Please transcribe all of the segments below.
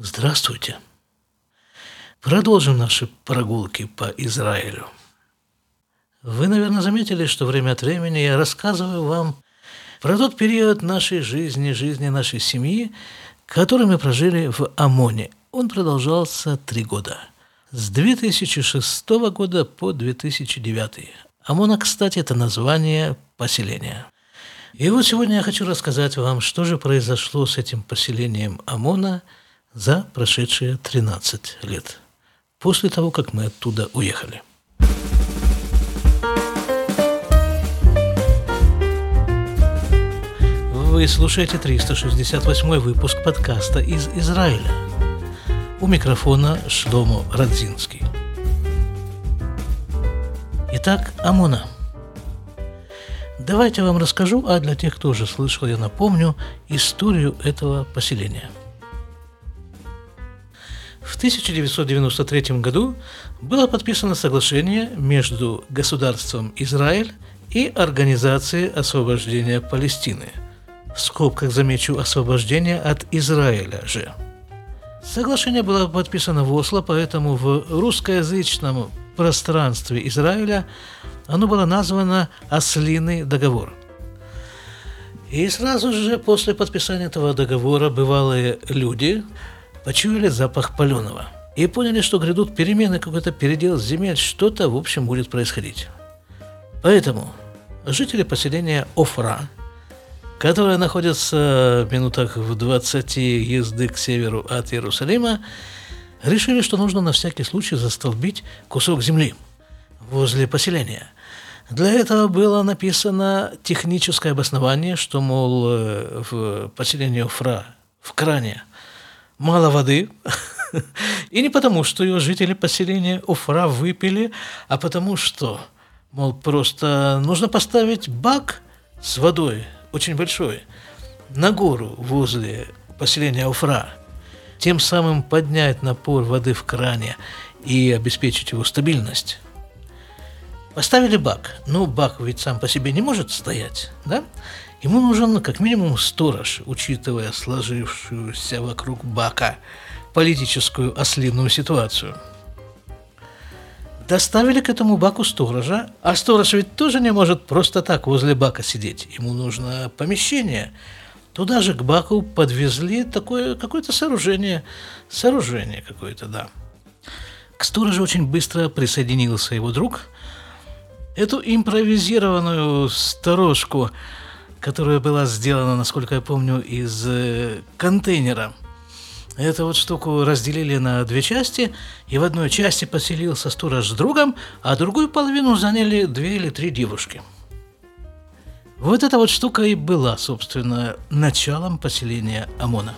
Здравствуйте! Продолжим наши прогулки по Израилю. Вы, наверное, заметили, что время от времени я рассказываю вам про тот период нашей жизни нашей семьи, который мы прожили в Амоне. Он продолжался 3 года. С 2006 года по 2009. Амона, кстати, это название поселения. И вот сегодня я хочу рассказать вам, что же произошло с этим поселением Амона за прошедшие 13 лет, после того, как мы оттуда уехали. Вы слушаете 368 выпуск подкаста из Израиля. У микрофона Шломо Радзинский. Итак, Амона. Давайте я вам расскажу, а для тех, кто уже слышал, я напомню историю этого поселения. В 1993 году было подписано соглашение между государством Израиль и Организацией освобождения Палестины. В скобках замечу освобождение от Израиля же. Соглашение было подписано в Осло, поэтому в русскоязычном пространстве Израиля оно было названо «Ослиный договор». И сразу же после подписания этого договора бывалые люди почуяли запах паленого и поняли, что грядут перемены, какой-то передел земель, что-то, в общем, будет происходить. Поэтому жители поселения Офра, которое находится в минутах в 20 езды к северу от Иерусалима, решили, что нужно на всякий случай застолбить кусок земли возле поселения. Для этого было написано техническое обоснование, что, мол, в поселении Офра в кране мало воды, и не потому, что ее жители поселения Офра выпили, а потому что, мол, просто нужно поставить бак с водой, очень большой, на гору возле поселения Офра, тем самым поднять напор воды в кране и обеспечить его стабильность. Поставили бак, но бак ведь сам по себе не может стоять, да? Ему нужен как минимум сторож, учитывая сложившуюся вокруг бака политическую ослиную ситуацию. Доставили к этому баку сторожа, а сторож ведь тоже не может просто так возле бака сидеть. Ему нужно помещение. Туда же к баку подвезли такое какое-то сооружение какое-то, да. К сторожу очень быстро присоединился его друг. Эту импровизированную сторожку, которая была сделана, насколько я помню, из контейнера. Эту вот штуку разделили на 2 части, и в одной части поселился сторож с другом, а другую половину заняли 2 или 3 девушки. Вот эта вот штука и была, собственно, началом поселения Амона.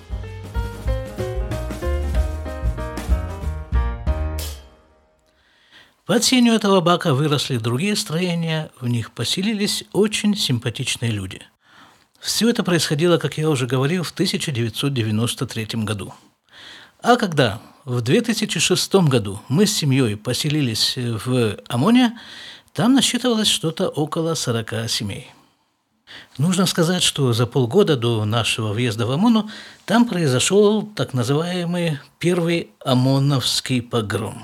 Под сенью этого бака выросли другие строения, в них поселились очень симпатичные люди. Все это происходило, как я уже говорил, в 1993 году. А когда в 2006 году мы с семьей поселились в Амоне, там насчитывалось что-то около 40 семей. Нужно сказать, что за полгода до нашего въезда в Амону там произошел так называемый первый ОМОНовский погром.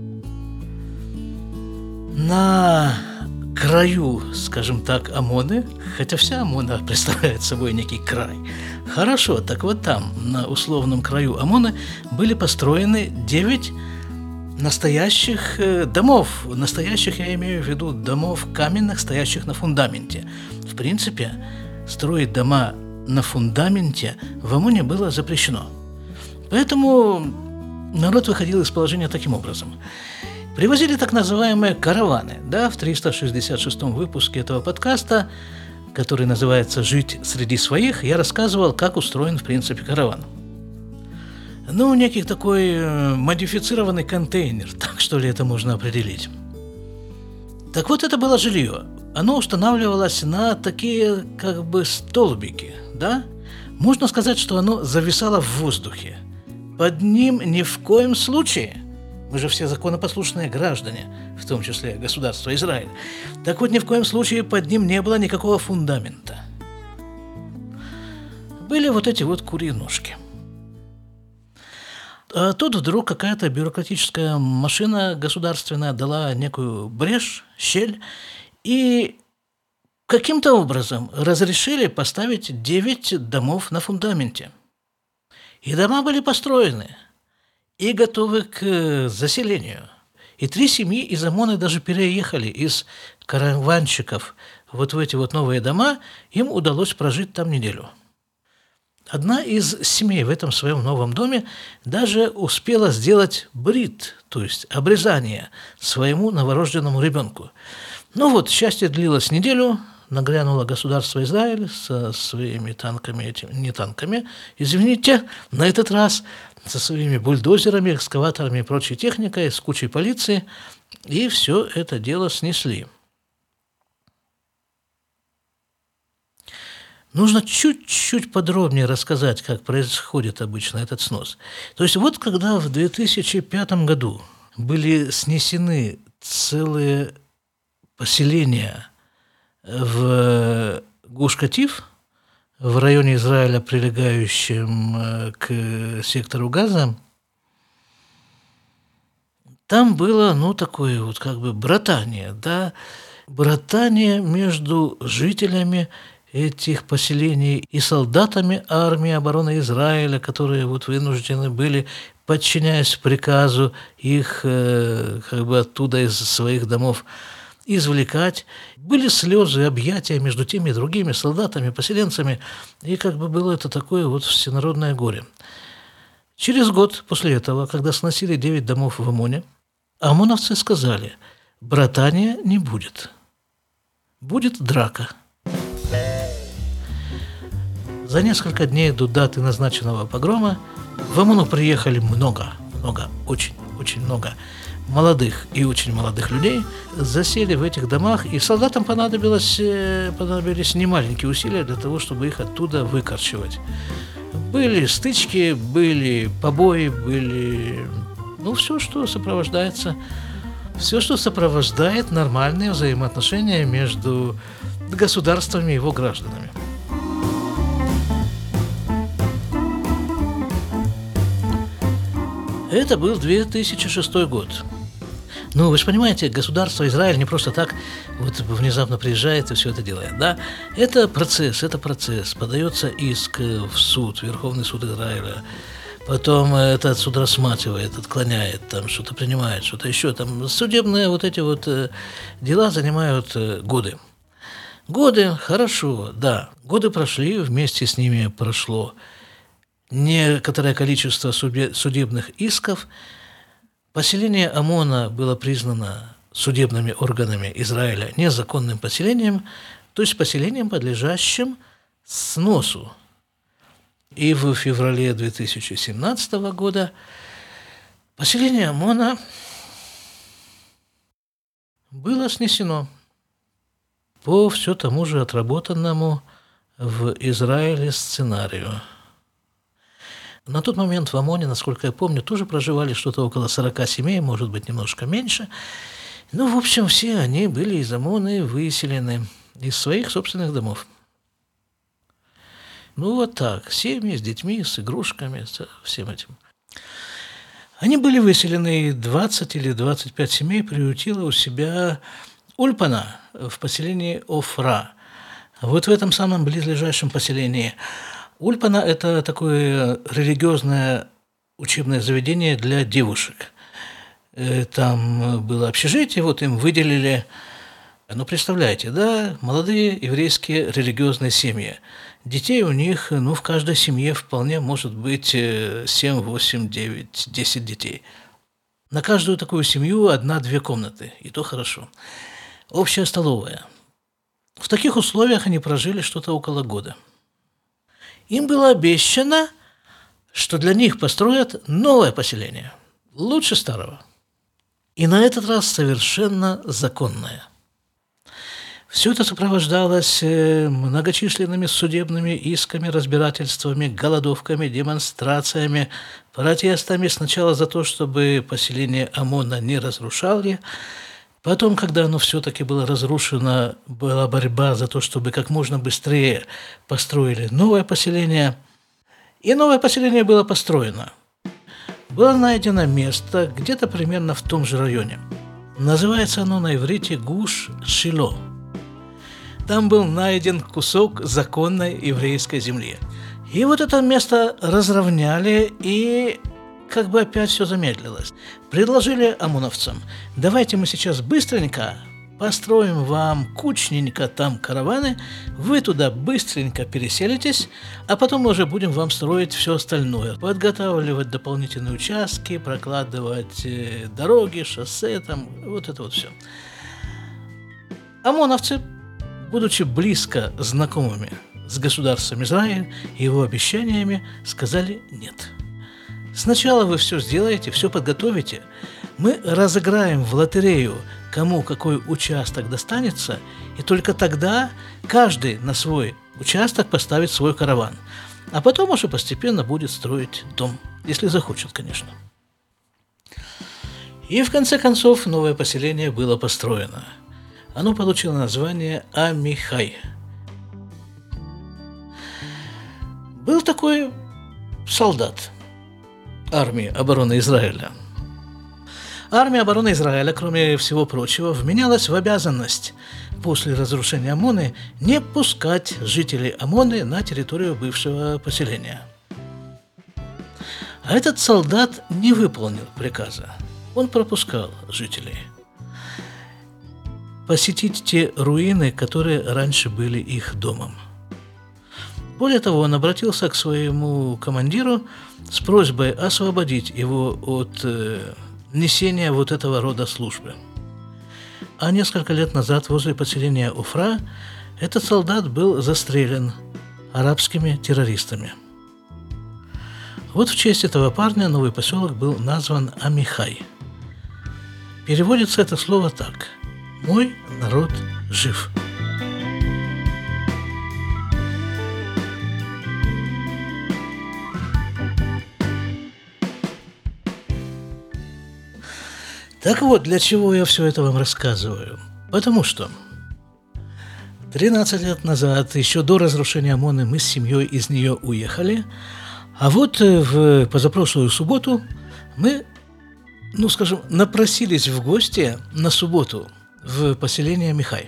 На краю, скажем так, Амоны, хотя вся Амона представляет собой некий край. Хорошо, так вот там, на условном краю Амоны, были построены 9 настоящих домов. Настоящих, я имею в виду, домов каменных, стоящих на фундаменте. В принципе, строить дома на фундаменте в Амоне было запрещено. Поэтому народ выходил из положения таким образом. Привозили так называемые караваны. Да, в 366-м выпуске этого подкаста, который называется «Жить среди своих», я рассказывал, как устроен, в принципе, караван. Ну, некий такой модифицированный контейнер, так что ли это можно определить. Так вот, это было жилье. Оно устанавливалось на такие, как бы, столбики, да? Можно сказать, что оно зависало в воздухе. Под ним ни в коем случае, мы же все законопослушные граждане, в том числе государство Израиль, так вот ни в коем случае под ним не было никакого фундамента. Были вот эти вот курьи ножки. А тут вдруг какая-то бюрократическая машина государственная дала некую брешь, щель, и каким-то образом разрешили поставить 9 домов на фундаменте. И дома были построены и готовы к заселению. И 3 семьи из Амона даже переехали из караванщиков вот в эти вот новые дома, им удалось прожить там неделю. Одна из семей в этом своем новом доме даже успела сделать брит, то есть обрезание своему новорожденному ребенку. Ну вот, счастье длилось неделю, нагрянуло государство Израиль со своими танками, не танками, извините, на этот раз со своими бульдозерами, экскаваторами и прочей техникой, с кучей полиции, и все это дело снесли. Нужно чуть-чуть подробнее рассказать, как происходит обычно этот снос. То есть вот когда в 2005 году были снесены целые поселения в Гуш-Катив, в районе Израиля, прилегающем к сектору Газа, там было, такое вот как бы братание, да, братание между жителями этих поселений и солдатами армии обороны Израиля, которые вот вынуждены были, подчиняясь приказу, их как бы оттуда из своих домов извлекать. Были слезы, объятия между теми и другими солдатами, поселенцами, и как бы было это такое вот всенародное горе. Через год после этого, когда сносили 9 домов в Амоне, ОМОНовцы сказали: братания не будет, будет драка. За несколько дней до даты назначенного погрома в Амону приехали очень много молодых и очень молодых людей, засели в этих домах, и солдатам понадобились немаленькие усилия для того, чтобы их оттуда выкорчевать. Были стычки, были побои, были все, что сопровождает нормальные взаимоотношения между государствами и его гражданами. Это был 2006 год. Вы же понимаете, государство Израиль не просто так вот внезапно приезжает и все это делает, да? Это процесс. Подается иск в суд, Верховный суд Израиля. Потом этот суд рассматривает, отклоняет, там что-то принимает, что-то еще. Там судебные вот эти вот дела занимают годы. Годы, хорошо, да. Годы прошли, вместе с ними прошло некоторое количество судебных исков. Поселение Амона было признано судебными органами Израиля незаконным поселением, то есть поселением, подлежащим сносу. И в феврале 2017 года поселение Амона было снесено по все тому же отработанному в Израиле сценарию. На тот момент в Амоне, насколько я помню, тоже проживали что-то около 40 семей, может быть, немножко меньше. В общем, все они были из Амона выселены из своих собственных домов. Вот так, семьи с детьми, с игрушками, со всем этим. Они были выселены, 20 или 25 семей приютила у себя Ульпана в поселении Офра. Вот в этом самом близлежащем поселении. Ульпана – это такое религиозное учебное заведение для девушек. Там было общежитие, вот им выделили, представляете, да, молодые еврейские религиозные семьи. Детей у них, в каждой семье вполне может быть 7, 8, 9, 10 детей. На каждую такую семью 1-2 комнаты, и то хорошо. Общая столовая. В таких условиях они прожили что-то около года. Им было обещано, что для них построят новое поселение, лучше старого. И на этот раз совершенно законное. Все это сопровождалось многочисленными судебными исками, разбирательствами, голодовками, демонстрациями, протестами сначала за то, чтобы поселение Амона не разрушали. Потом, когда оно все-таки было разрушено, была борьба за то, чтобы как можно быстрее построили новое поселение. И новое поселение было построено. было найдено место где-то примерно в том же районе. Называется оно на иврите Гуш Шило. Там был найден кусок законной еврейской земли. И вот это место разровняли, и как бы опять все замедлилось. Предложили ОМОНовцам: давайте мы сейчас быстренько построим вам кучненько там караваны, вы туда быстренько переселитесь, а потом мы уже будем вам строить все остальное. Подготавливать дополнительные участки, прокладывать дороги, шоссе, там, вот это вот все. ОМОНовцы, будучи близко знакомыми с государством Израиль и его обещаниями, сказали нет. Сначала вы все сделаете, все подготовите, мы разыграем в лотерею, кому какой участок достанется, и только тогда каждый на свой участок поставит свой караван. А потом уже постепенно будет строить дом, если захочет, конечно. И в конце концов новое поселение было построено. Оно получило название Амихай. Был такой солдат армии обороны Израиля. Армия обороны Израиля, кроме всего прочего, вменялась в обязанность после разрушения Амоны не пускать жителей Амоны на территорию бывшего поселения. А этот солдат не выполнил приказа. Он пропускал жителей посетить те руины, которые раньше были их домом. Более того, он обратился к своему командиру с просьбой освободить его от несения вот этого рода службы. А несколько лет назад возле поселения Уфра этот солдат был застрелен арабскими террористами. Вот в честь этого парня новый поселок был назван Амихай. Переводится это слово так: «Мой народ жив». Так вот, для чего я все это вам рассказываю? Потому что 13 лет назад, еще до разрушения Амоны, мы с семьей из нее уехали, а вот в позапрошлую субботу мы, напросились в гости на субботу в поселение Амихай.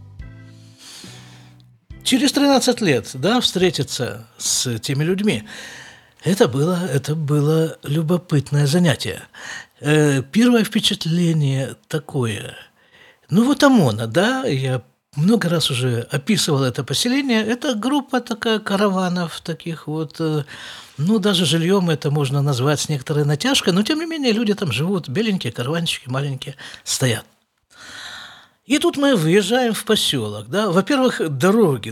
Через 13 лет, встретиться с теми людьми. Это было любопытное занятие. Первое впечатление такое. Амона, я много раз уже описывал это поселение. Это группа такая караванов, таких вот, даже жильем это можно назвать с некоторой натяжкой, но тем не менее люди там живут, беленькие караванчики, маленькие, стоят. И тут мы выезжаем в поселок, Во-первых, дороги,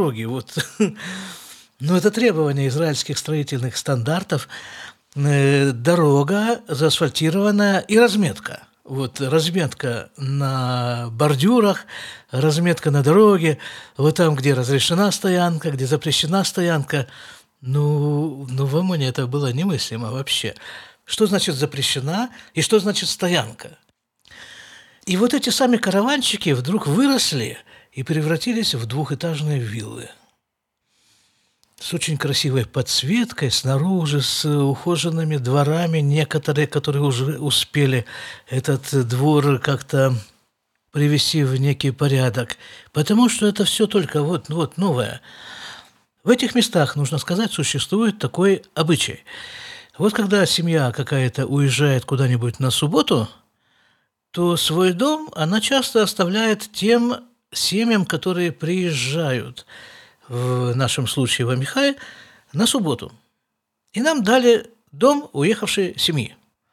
это требование израильских строительных стандартов. Дорога заасфальтированная и разметка. Разметка на бордюрах, разметка на дороге, там, где разрешена стоянка, где запрещена стоянка. В Амоне это было немыслимо вообще. Что значит запрещена и что значит стоянка? И вот эти сами караванчики вдруг выросли и превратились в двухэтажные виллы. С очень красивой подсветкой снаружи, с ухоженными дворами, некоторые, которые уже успели этот двор как-то привести в некий порядок, потому что это все только новое. В этих местах, нужно сказать, существует такой обычай. Когда семья какая-то уезжает куда-нибудь на субботу, то свой дом она часто оставляет тем семьям, которые приезжают, в нашем случае в Амихай, на субботу. И нам дали дом уехавшей семьи.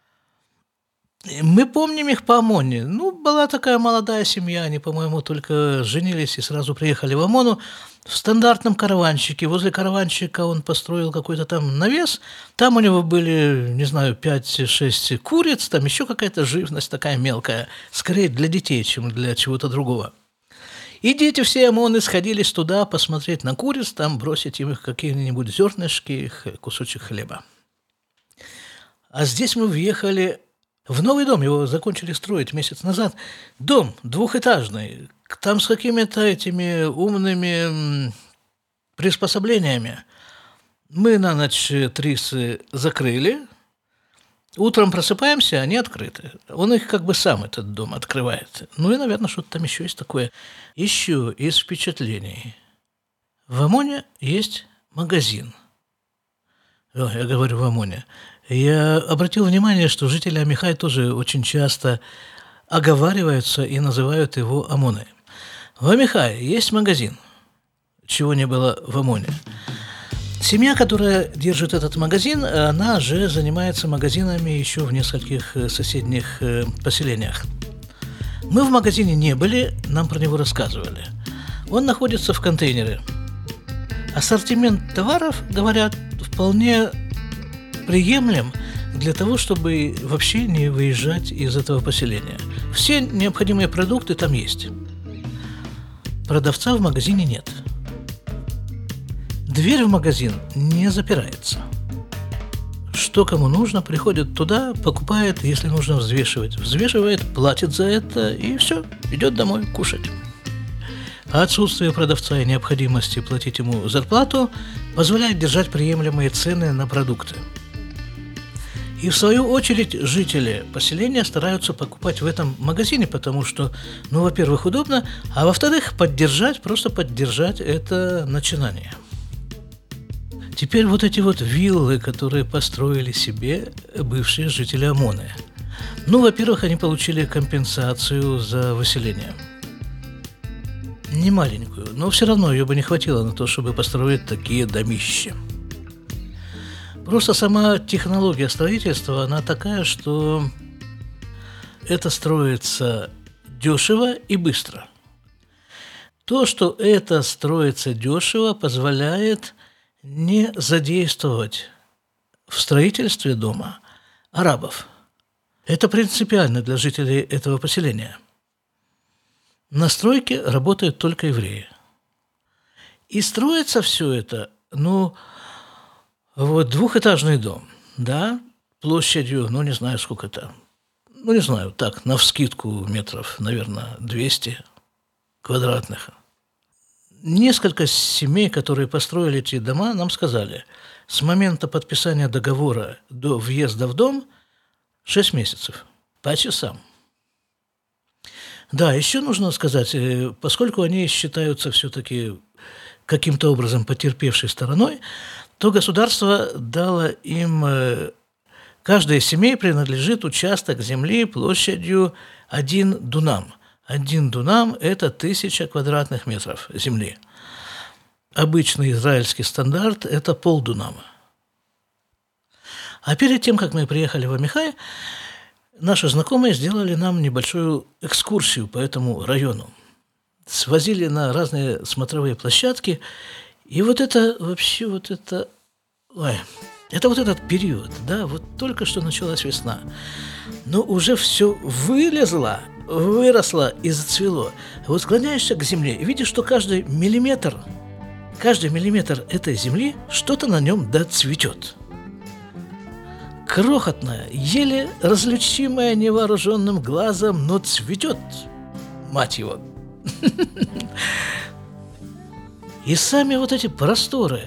Мы помним их по Амоне. Была такая молодая семья, они, по-моему, только женились и сразу приехали в Амону. В стандартном караванчике. Возле караванчика он построил какой-то там навес. Там у него были, 5-6 куриц, там еще какая-то живность такая мелкая. Скорее для детей, чем для чего-то другого. И дети все Амоны сходились туда посмотреть на куриц, там бросить им какие-нибудь зернышки, кусочек хлеба. А здесь мы въехали в новый дом, его закончили строить месяц назад. Дом двухэтажный, там с какими-то этими умными приспособлениями. Мы на ночь трисы закрыли, Утром просыпаемся, они открыты. Он их как бы сам, этот дом, открывает. Ну и, наверное, что-то там еще есть такое. Еще из впечатлений. В Амоне есть магазин. Я говорю в Амоне. Я обратил внимание, что жители Амихай тоже очень часто оговариваются и называют его Амоной. В Амихае есть магазин, чего не было в Амоне. Семья, которая держит этот магазин, она же занимается магазинами еще в нескольких соседних поселениях. Мы в магазине не были, нам про него рассказывали. Он находится в контейнере. Ассортимент товаров, говорят, вполне приемлем для того, чтобы вообще не выезжать из этого поселения. Все необходимые продукты там есть. Продавца в магазине нет. Дверь в магазин не запирается. Что кому нужно, приходит туда, покупает, если нужно взвешивать. Взвешивает, платит за это и все, идет домой кушать. А отсутствие продавца и необходимости платить ему зарплату позволяет держать приемлемые цены на продукты. И в свою очередь жители поселения стараются покупать в этом магазине, потому что, во-первых, удобно, а во-вторых, просто поддержать это начинание. Теперь вот эти вот виллы, которые построили себе бывшие жители Амоны. Во-первых, они получили компенсацию за выселение. Не маленькую, но все равно ее бы не хватило на то, чтобы построить такие домища. Просто сама технология строительства, она такая, что это строится дешево и быстро. То, что это строится дешево, позволяет не задействовать в строительстве дома арабов. Это принципиально для жителей этого поселения. На стройке работают только евреи. И строится все это, двухэтажный дом, да, площадью, не знаю, сколько это, навскидку метров, наверное, 200 квадратных. Несколько семей, которые построили эти дома, нам сказали, с момента подписания договора до въезда в дом 6 месяцев, по часам. Да, еще нужно сказать, поскольку они считаются все-таки каким-то образом потерпевшей стороной, то государство дало им, каждой семье принадлежит участок земли площадью 1 дунам. 1 дунам – это 1000 квадратных метров земли. Обычный израильский стандарт – это полдунама. А перед тем, как мы приехали в Амихай, наши знакомые сделали нам небольшую экскурсию по этому району. Свозили на разные смотровые площадки. И это этот период, да, вот только что началась весна. Но уже все выросло и зацвело. Вот склоняешься к земле и видишь, что каждый миллиметр этой земли что-то на нем доцветет. Крохотная, еле различимая невооруженным глазом, но цветет, мать его. И сами эти просторы,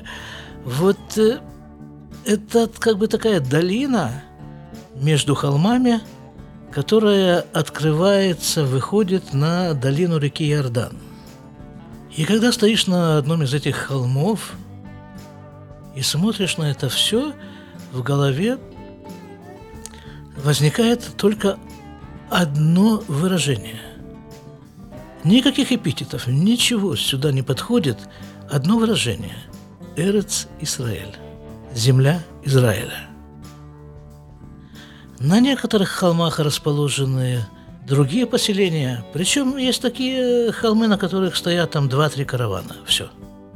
это как бы такая долина между холмами, которая открывается, выходит на долину реки Иордан. И когда стоишь на одном из этих холмов и смотришь на это все, в голове возникает только одно выражение. Никаких эпитетов, ничего сюда не подходит. Одно выражение – Эрец Исраэль, земля Израиля. На некоторых холмах расположены другие поселения, причем есть такие холмы, на которых стоят там 2-3 каравана, все.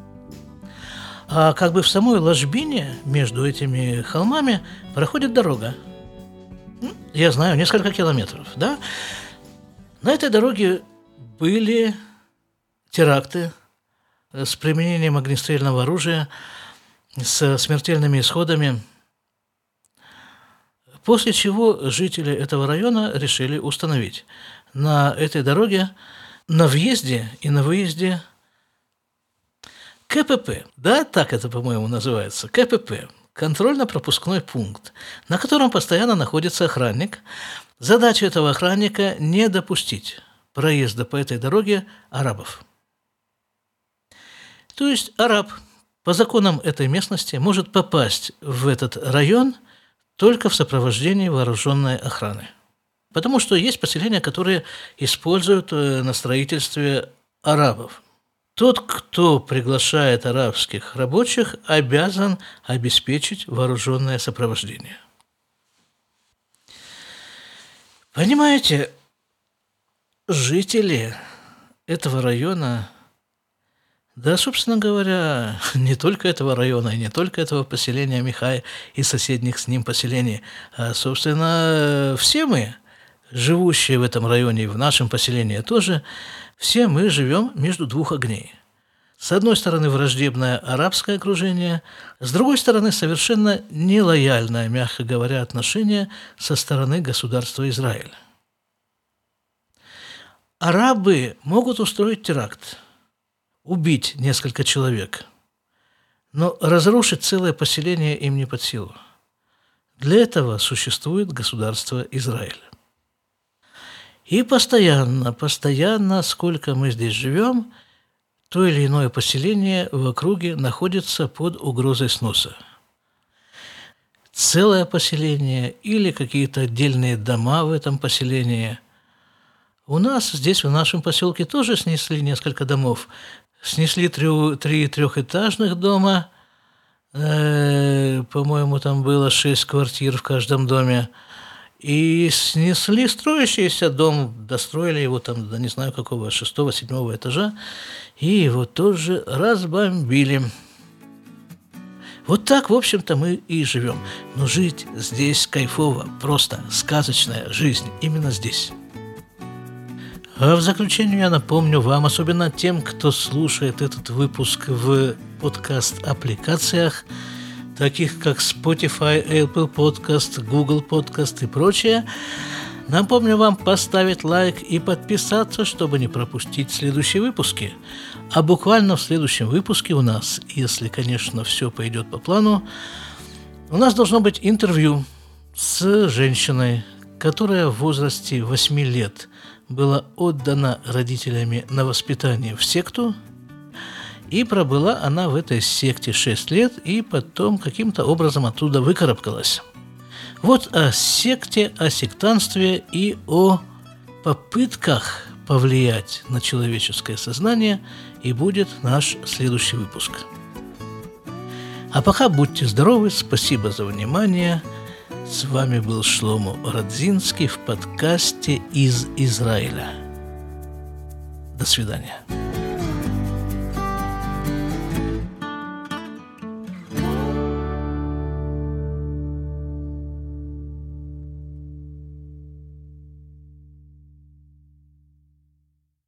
А как бы в самой ложбине между этими холмами проходит дорога. Я знаю, несколько километров, да? На этой дороге были теракты с применением огнестрельного оружия, с смертельными исходами, после чего жители этого района решили установить на этой дороге, на въезде и на выезде КПП. Да, так это, по-моему, называется, КПП. контрольно-пропускной пункт, на котором постоянно находится охранник. Задача этого охранника – не допустить проезда по этой дороге арабов. То есть араб по законам этой местности может попасть в этот район только в сопровождении вооруженной охраны. Потому что есть поселения, которые используют на строительстве арабов. Тот, кто приглашает арабских рабочих, обязан обеспечить вооруженное сопровождение. Понимаете, жители этого района, да, собственно говоря, не только этого района, и не только этого поселения Михай и соседних с ним поселений, а, собственно, все мы, живущие в этом районе и в нашем поселении тоже, все мы живем между двух огней. С одной стороны, враждебное арабское окружение, с другой стороны, совершенно нелояльное, мягко говоря, отношение со стороны государства Израиль. Арабы могут устроить теракт, убить несколько человек, но разрушить целое поселение им не под силу. Для этого существует государство Израиль. И постоянно, сколько мы здесь живем, то или иное поселение в округе находится под угрозой сноса. Целое поселение или какие-то отдельные дома в этом поселении. У нас здесь, в нашем поселке, тоже снесли несколько домов. Снесли 3 трехэтажных дома, по-моему, там было 6 квартир в каждом доме. И снесли строящийся дом, достроили его там до не знаю какого, 6-7 этажа, и его тоже разбомбили. Вот так, в общем-то, мы и живем. Но жить здесь кайфово, просто сказочная жизнь именно здесь. А в заключение я напомню вам, особенно тем, кто слушает этот выпуск в подкаст-аппликациях, таких как Spotify, Apple Podcast, Google Podcast и прочее. Напомню вам поставить лайк и подписаться, чтобы не пропустить следующие выпуски. А буквально в следующем выпуске у нас, если, конечно, все пойдет по плану, у нас должно быть интервью с женщиной, которая в возрасте 8 лет была отдана родителями на воспитание в секту, и пробыла она в этой секте 6 лет, и потом каким-то образом оттуда выкарабкалась. Вот о секте, о сектанстве и о попытках повлиять на человеческое сознание и будет наш следующий выпуск. А пока будьте здоровы, спасибо за внимание. С вами был Шломо Радзинский в подкасте «Из Израиля». До свидания.